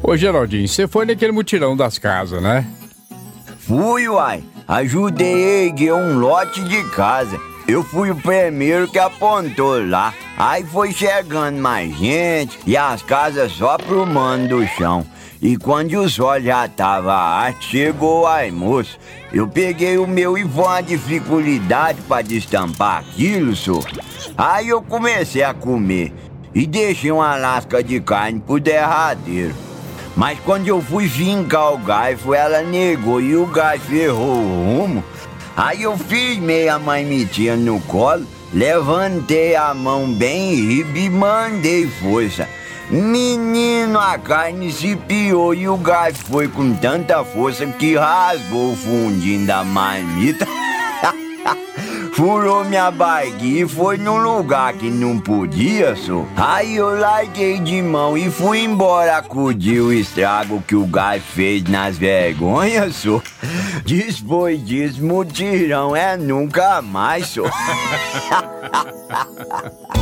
Ô, Geraldinho, você foi naquele mutirão das casas, né? Fui, uai. Ajudei a erguer um lote de casa. Eu fui o primeiro que apontou lá. Aí foi chegando mais gente e as casas só aprumando do chão. E quando o sol já tava alto, chegou o almoço. Eu peguei o meu e foi uma dificuldade pra destampar aquilo, só. Aí eu comecei a comer e deixei uma lasca de carne pro derradeiro. Mas quando eu fui fincar o garfo, ela negou e o garfo errou o rumo. Aí eu fiz meia marmitinha no colo, levantei a mão bem riba e mandei força. Menino, a carne se piou e o garfo foi com tanta força que rasgou o fundinho da marmita. Furou minha barriguinha e foi num lugar que não podia, só. Aí eu larguei de mão e fui embora acudir o estrago que o garfo fez nas vergonhas, só. Depois disso, mutirão é nunca mais, só.